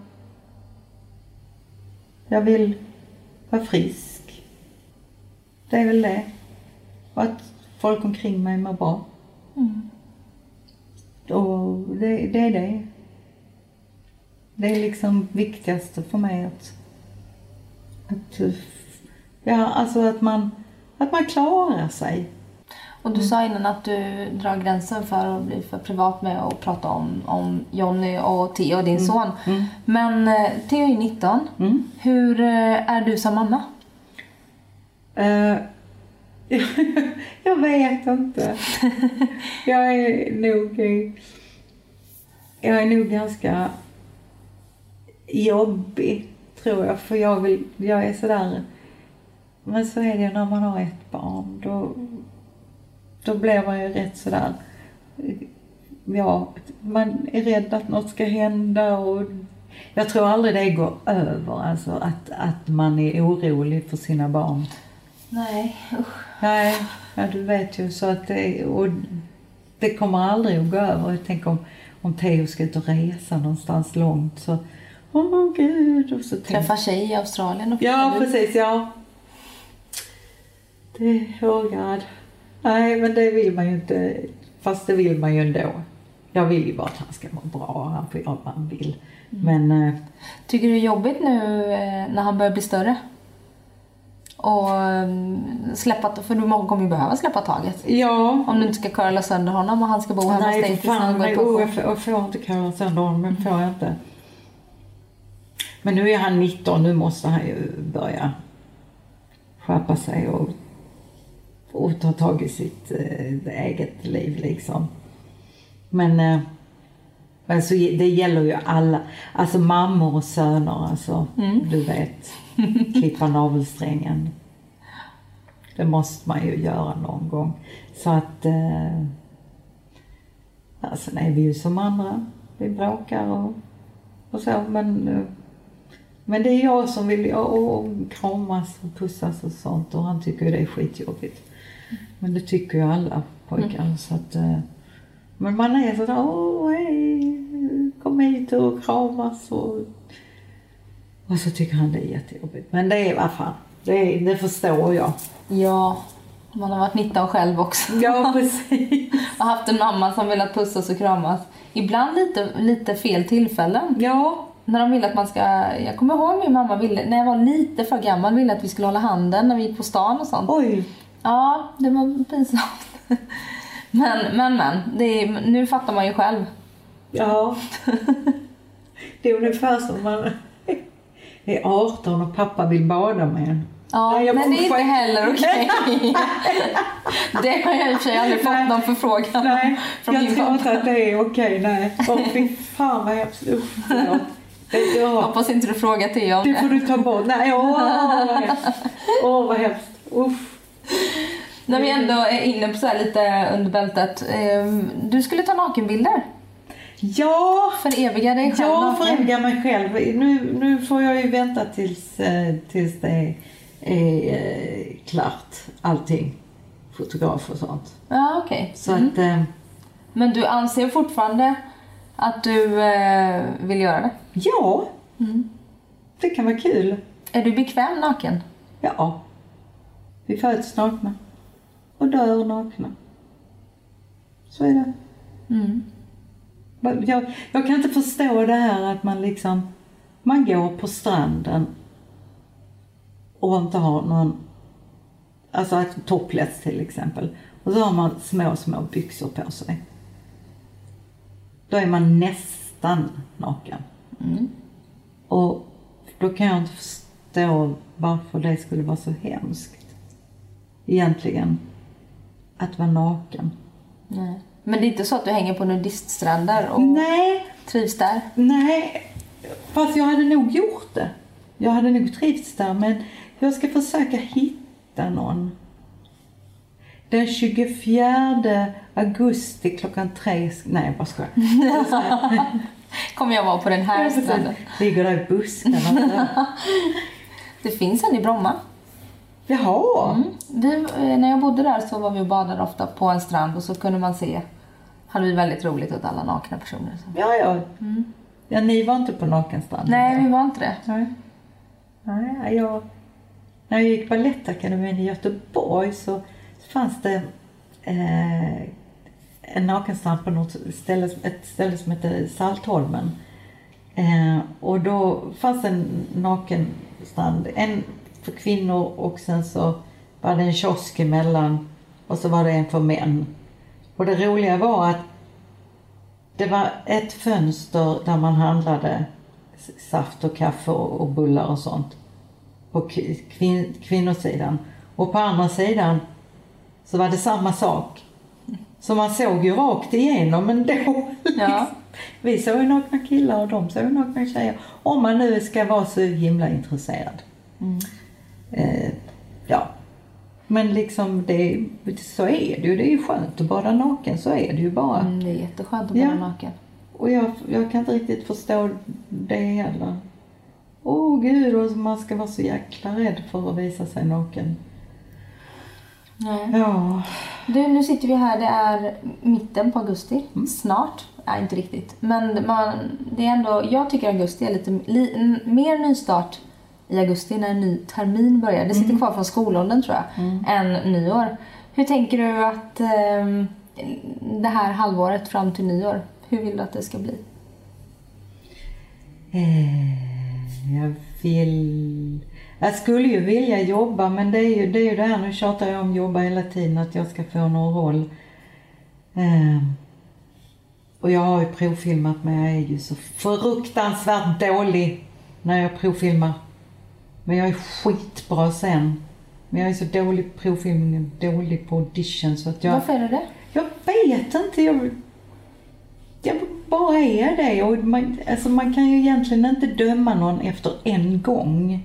S2: Jag vill vara frisk. Det är väl det. Och att folk omkring mig mår bra. Mm. Och det, det är det. Det är liksom viktigaste för mig att, att ja, alltså att man, att man klarar sig.
S3: Och du mm. sa innan att du drar gränsen för att bli för privat med att prata om, om Jonny och Theo och din mm. son. Mm. Men Theo är nitton. Mm. Hur är du som mamma?
S2: Uh, jag vet inte. Jag är nog jag är nog ganska jobbig, tror jag, för jag vill jag är sådär, men så är det när man har ett barn, då då blir man ju rätt sådär, ja, man är rädd att något ska hända och jag tror aldrig det går över, alltså att att man är orolig för sina barn.
S3: Nej, usch.
S2: Nej, ja, du vet ju så att det, och det kommer aldrig att gå över. Jag tänker om, om Theo ska ut och resa någonstans långt så, åh oh, gud. Och så
S3: träffa tjej i Australien. Och
S2: ja, precis, ja. Det, oh god. Nej, men det vill man ju inte, fast det vill man ju ändå. Jag vill ju bara att han ska vara bra, han får göra vad han vill. Mm. Men, äh,
S3: tycker du det är jobbigt nu när han börjar bli större? Och släppa, för du kommer ju behöva släppa taget.
S2: Ja.
S3: Om du inte ska curla sönder honom och han ska bo hemma hos dig tills han går på.
S2: Nej, jag får inte curla sönder honom, men får jag inte. Men nu är han nitton, nu måste han ju börja skärpa sig och, och ta tag i sitt äh, eget liv liksom. Men äh, alltså, det gäller ju alla, alltså mammor och söner, alltså, mm. du vet, klippa navelsträngen. Det måste man ju göra någon gång. Så att, eh, alltså nej, vi är ju som andra, vi bråkar och, och så, men, men det är jag som vill och, och kramas och pussas och sånt, och han tycker ju det är skitjobbigt. Men det tycker ju alla pojkar, mm. så att, eh, men man är sådär, åh hej, kom hit och kramas och och så tycker han det är jättejobbigt. Men det är vad fan, det, det förstår jag.
S3: Ja, man har varit nitton själv också.
S2: Ja, precis.
S3: Och haft en mamma som vill att pussas och kramas. Ibland lite, lite fel tillfällen.
S2: Ja.
S3: När de vill att man ska, jag kommer ihåg min mamma ville, när jag var lite för gammal, ville att vi skulle hålla handen när vi gick på stan och sånt.
S2: Oj.
S3: Ja, det var pinsamt. Men, men, men, det är, nu fattar man ju själv.
S2: Ja. Det är ungefär som man är arton och pappa vill bada med en.
S3: Ja, nej, men det är inte heller okej. Okay. Det har jag i och för sig aldrig fått någon förfrågan.
S2: Nej,
S3: från
S2: jag
S3: min
S2: tror
S3: pappa.
S2: inte att det är okej, okay, nej. Åh, fy fan vad hemskt.
S3: Jag hoppas inte du frågar till om det.
S2: Det får du ta bort. Nej, åh vad hemskt. Åh, vad hemskt. Uff.
S3: När vi ändå är inne på så här lite under bältet. Du skulle ta nakenbilder.
S2: Ja,
S3: föreviga dig själv.
S2: Ja, föreviga mig själv. Nu, nu får jag ju vänta tills, tills det är klart allting. Fotograf och sånt.
S3: Ja, okej. Okay.
S2: Så
S3: mm.
S2: att, eh,
S3: men du anser fortfarande att du eh, vill göra det?
S2: Ja, mm. det kan vara kul.
S3: Är du bekväm naken?
S2: Ja. Vi föds nakna och dör nakna. Så är det.
S3: Mm.
S2: Jag, jag kan inte förstå det här att man liksom, man går på stranden och inte har någon, alltså ett topless till exempel. Och så har man små, små byxor på sig. Då är man nästan naken.
S3: Mm.
S2: Och då kan jag inte förstå varför det skulle vara så hemskt. Egentligen. Att vara naken.
S3: Nej. Men det är inte så att du hänger på nudiststränder och
S2: Nej.
S3: trivs där?
S2: Nej, fast jag hade nog gjort det. Jag hade nog trivts där, men jag ska försöka hitta någon. Den tjugofjärde augusti klockan tre... Nej, jag bara skojar.
S3: Kommer jag vara på den här stranden?
S2: Ligger där i buskarna.
S3: Det finns en i Bromma.
S2: Jaha.
S3: Mm. Vi, när jag bodde där så var vi och badade ofta på en strand och så kunde man se, hade vi väldigt roligt åt alla nakna personer. Så.
S2: Ja, ja.
S3: Mm.
S2: Ja, ni var inte på nakenstranden?
S3: Nej, vi var inte det.
S2: Nej. Nej, jag... När jag gick Balettakademin i Göteborg så fanns det eh, en nakenstrand på något ställe, ett ställe som heter Saltholmen. Eh, och då fanns en nakenstrand, en för kvinnor och sen så var det en kiosk emellan och så var det en för män. Och det roliga var att det var ett fönster där man handlade saft och kaffe och, och bullar och sånt på kvin- kvinnosidan. Och på andra sidan så var det samma sak. Så man såg ju rakt igenom ändå.
S3: Ja.
S2: Vi såg ju nakna killar och de såg ju nakna tjejer. Om man nu ska vara så himla intresserad.
S3: Mm.
S2: Eh, ja. Men liksom det, så är det ju. Det är ju skönt att bada naken. Så är det ju bara.
S3: Mm, det är jätteskönt att bada
S2: Ja.
S3: naken.
S2: Och jag, jag kan inte riktigt förstå det heller. Åh oh, gud, och man ska vara så jäkla rädd för att visa sig naken.
S3: Nej.
S2: Ja.
S3: Du, nu sitter vi här, det är mitten på augusti,
S2: Mm.
S3: snart, nej inte riktigt, men man, det är ändå, jag tycker augusti är lite li, n, mer nystart i augusti när en ny termin börjar, det sitter
S2: Mm.
S3: kvar från skolåldern tror jag,
S2: Mm.
S3: än nyår. Hur tänker du att eh, det här halvåret fram till nyår, hur vill du att det ska bli?
S2: Eh, jag vill... Jag skulle ju vilja jobba, men det är ju det, är ju det här, nu tjatar jag om jobba hela tiden, att jag ska få någon roll. Eh, och jag har ju provfilmat, men jag är ju så fruktansvärt dålig när jag provfilmar. Men jag är skitbra sen. Men jag är så dålig på provfilmning, dålig på audition, så att jag...
S3: Varför är det det?
S2: Jag vet inte, jag... Jag bara är det. Och man, alltså man kan ju egentligen inte döma någon efter en gång.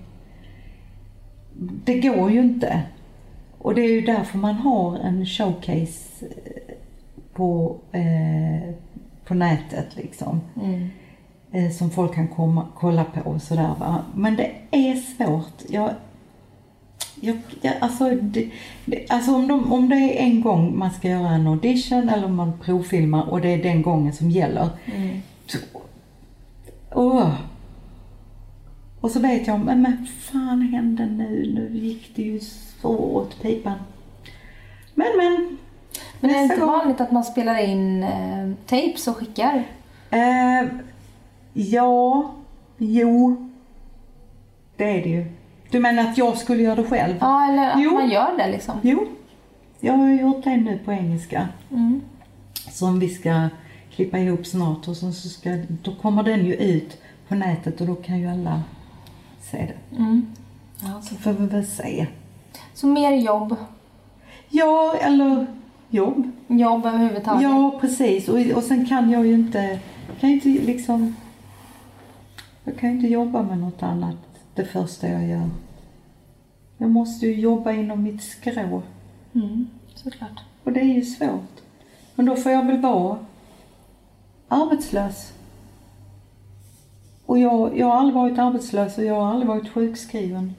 S2: Det går ju inte. Och det är ju därför man har en showcase på, eh, på nätet liksom.
S3: Mm.
S2: Eh, som folk kan komma, kolla på och sådär, va. Men det är svårt. Jag, jag, jag, alltså, det, det, alltså om, de, om det är en gång man ska göra en audition eller man provfilmar och det är den gången som gäller.
S3: Mm.
S2: Så, åh. Och så vet jag, men, men fan hände nu? Nu gick det ju så åt pipan. Men, men.
S3: Men är det inte
S2: gång...
S3: vanligt att man spelar in eh, tapes och skickar?
S2: Eh, ja, jo. Det är det ju. Du menar att jag skulle göra det själv?
S3: Ja, eller att
S2: Jo.
S3: man gör det liksom.
S2: Jo, jag har gjort det nu på engelska.
S3: Mm.
S2: Som vi ska klippa ihop snart. Och så ska, då kommer den ju ut på nätet och då kan ju alla se det.
S3: Mm. Ja,
S2: Så får vi väl se.
S3: så mer jobb.
S2: Ja, eller jobb.
S3: Jobb överhuvudtaget.
S2: Ja, precis. Och, och sen kan jag ju inte, kan jag inte liksom, jag kan ju inte jobba med något annat det första jag gör. Jag måste ju jobba inom mitt skrå.
S3: Mm, såklart.
S2: Och det är ju svårt. Men då får jag väl vara arbetslös. Och jag, jag har aldrig varit arbetslös och jag har aldrig varit sjukskriven.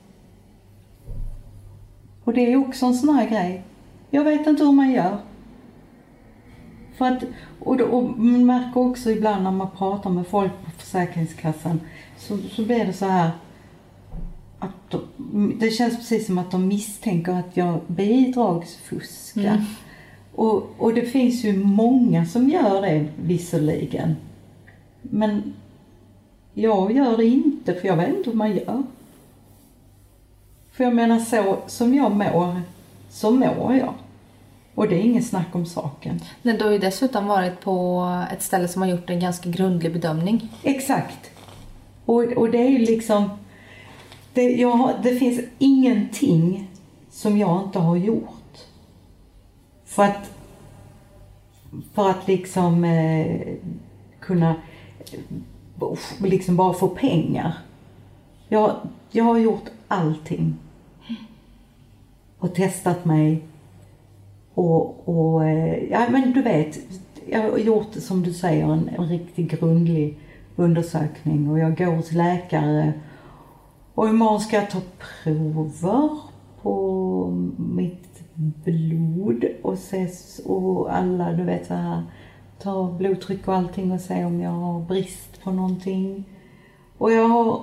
S2: Och det är också en sån här grej. Jag vet inte hur man gör. För att, och, då, och man märker också ibland när man pratar med folk på Försäkringskassan så, så blir det så här att de, det känns precis som att de misstänker att jag bidragsfuskar.
S3: Mm.
S2: Och, och det finns ju många som gör det visserligen. Men jag gör det inte, för jag vet inte hur man gör. För jag menar, så som jag mår, så mår jag. Och det är ingen snack om saken.
S3: Men du har ju dessutom varit på ett ställe som har gjort en ganska grundlig bedömning.
S2: Exakt. Och, och det är ju liksom... Det, jag har, det finns ingenting som jag inte har gjort. För att, för att liksom eh, kunna liksom bara få pengar. Jag, jag har gjort allting. Och testat mig. Och, och ja, men du vet, jag har gjort, som du säger, en, en riktigt grundlig undersökning. Och jag går till läkare. Och imorgon ska jag ta prover på mitt blod. Och ses, och alla, du vet så här, ta blodtryck och allting och se om jag har brist på någonting. Och jag har...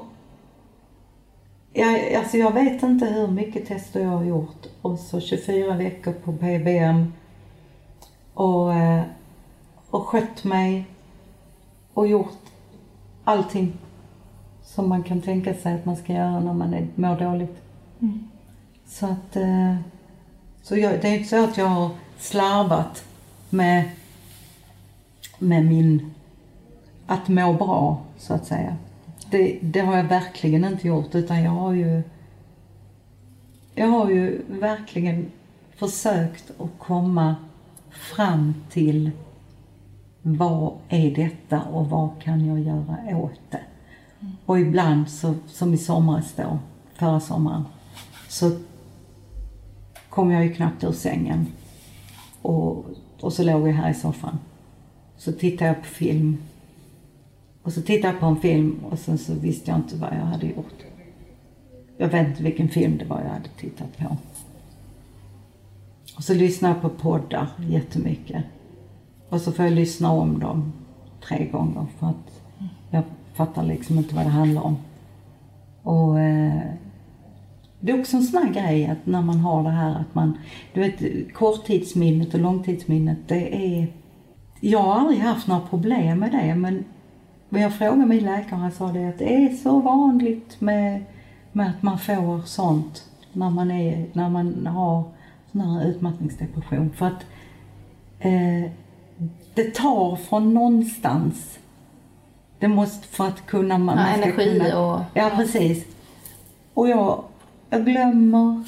S2: Jag, alltså jag vet inte hur mycket tester jag har gjort. Och så tjugofyra veckor på P B M. Och, och skött mig. Och gjort allting som man kan tänka sig att man ska göra när man är, mår dåligt. Mm. Så att... Så jag, det är inte så att jag har slarvat med, med min... Att må bra, så att säga. Det, det har jag verkligen inte gjort, utan jag har ju jag har ju verkligen försökt att komma fram till vad är detta och vad kan jag göra åt det. Mm. Och ibland, så, som i somras då, förra sommaren, så kom jag ju knappt ur sängen och, och så låg jag här i soffan. Så tittade jag på film. Och så tittade jag på en film och sen så visste jag inte vad jag hade gjort. Jag vet inte vilken film det var jag hade tittat på. Och så lyssnade jag på poddar jättemycket. Och så får jag lyssna om dem tre gånger för att jag fattar liksom inte vad det handlar om. Och eh, det är också en sån här grej att när man har det här att man, du vet, korttidsminnet och långtidsminnet, det är, jag har aldrig haft några problem med det, men Men jag frågade min läkare och han sa det att det är så vanligt med, med att man får sånt när man, är, när man har sån här utmattningsdepression. För att eh, det tar från någonstans. Det måste för att kunna... Man,
S3: ja,
S2: man ska
S3: energi
S2: kunna,
S3: och...
S2: Ja, precis. Och jag, jag glömmer.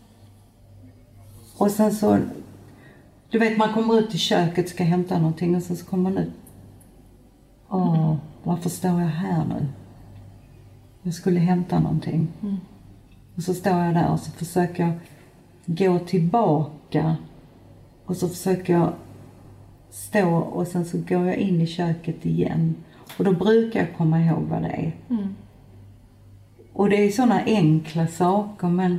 S2: Och sen så... Du vet, man kommer ut i köket och ska hämta någonting och sen så kommer man ut. Åh, mm. Varför står jag här nu? Jag skulle hämta någonting. Mm. Och så står jag där och så försöker jag gå tillbaka. Och så försöker jag stå och sen så går jag in i köket igen. Och då brukar jag komma ihåg vad det är. Mm. Och det är sådana enkla saker, men,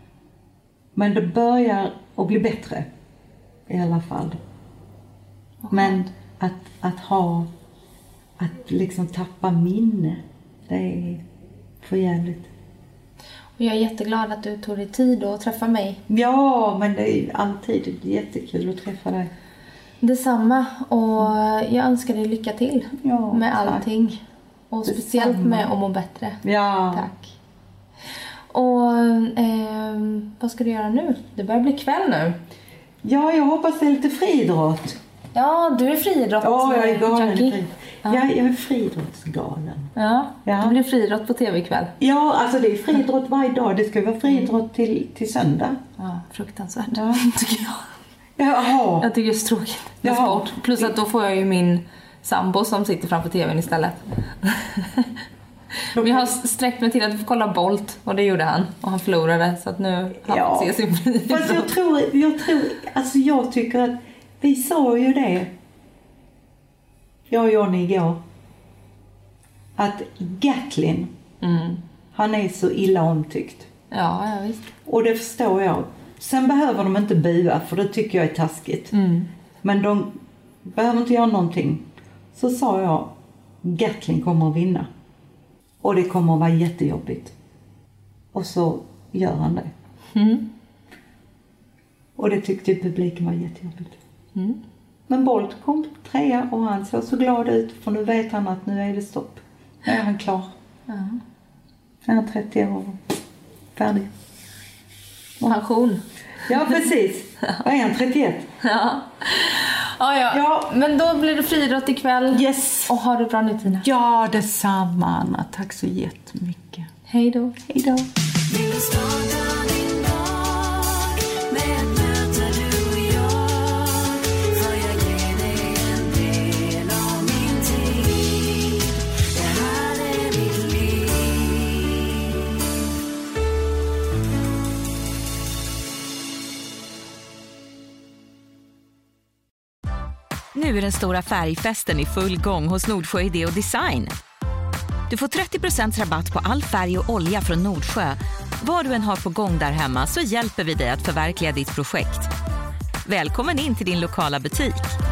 S2: men det börjar att bli bättre. I alla fall. Okay. Men att, att ha... Att liksom tappa minne, det är för jävligt.
S3: Och jag är jätteglad att du tog dig tid att träffa mig.
S2: Ja, men det är alltid jättekul att träffa dig.
S3: Detsamma, och jag önskar dig lycka till
S2: ja,
S3: med
S2: tack.
S3: Allting. Och
S2: Detsamma.
S3: Speciellt med att må bättre.
S2: Ja.
S3: Tack. Och eh, vad ska du göra nu? Det börjar bli kväll nu.
S2: Ja, jag hoppas det är lite friidrott.
S3: Ja, du är friidrott.
S2: Ja, jag är galen.
S3: Fri. Ja.
S2: Jag, jag är friidrottsgalen.
S3: Ja,
S2: ja,
S3: det blir friidrott på tv ikväll.
S2: Ja, alltså det är friidrott varje dag. Det ska vara friidrott till, till söndag.
S3: Ja, fruktansvärt.
S2: Ja.
S3: Tycker jag.
S2: Jaha.
S3: Jag tycker det är så tråkigt med sport. Plus att då får jag ju min sambo som sitter framför tvn istället. Men jag har sträckt mig till att få kolla Bolt, och det gjorde han. Och han förlorade, så att nu har han
S2: ja.
S3: fått se sin friidrott.
S2: Fast jag tror, jag tror, alltså jag tycker att vi sa ju det, jag och Johnny igår, att Gatlin, mm. han är så illa omtyckt.
S3: Ja, ja visst.
S2: Och det förstår jag. Sen behöver de inte bua, för det tycker jag är taskigt. Mm. Men de behöver inte göra någonting. Så sa jag, Gatlin kommer att vinna. Och det kommer att vara jättejobbigt. Och så gör han det. Mm. Och det tyckte publiken var jättejobbigt. Mm. Men Bolt kom trea och han såg så glad ut för nu vet han att nu är det stopp. Nu är han klar.
S3: Ja.
S2: Han är trettio år. Färdig.
S3: Pension.
S2: Ja, precis. Vad är han? trettioett?
S3: Ja. Ja, ja.
S2: Ja.
S3: Men då blir det friidrott ikväll.
S2: Yes.
S3: Och har det bra nu, Tina.
S2: Ja, detsamma, Anna. Tack så jättemycket.
S3: Hej då.
S2: Hej då.
S4: Nu är den stora färgfesten i full gång hos Nordsjö Idé och Design. Du får trettio procent rabatt på all färg och olja från Nordsjö. Vad du än har på gång där hemma så hjälper vi dig att förverkliga ditt projekt. Välkommen in till din lokala butik.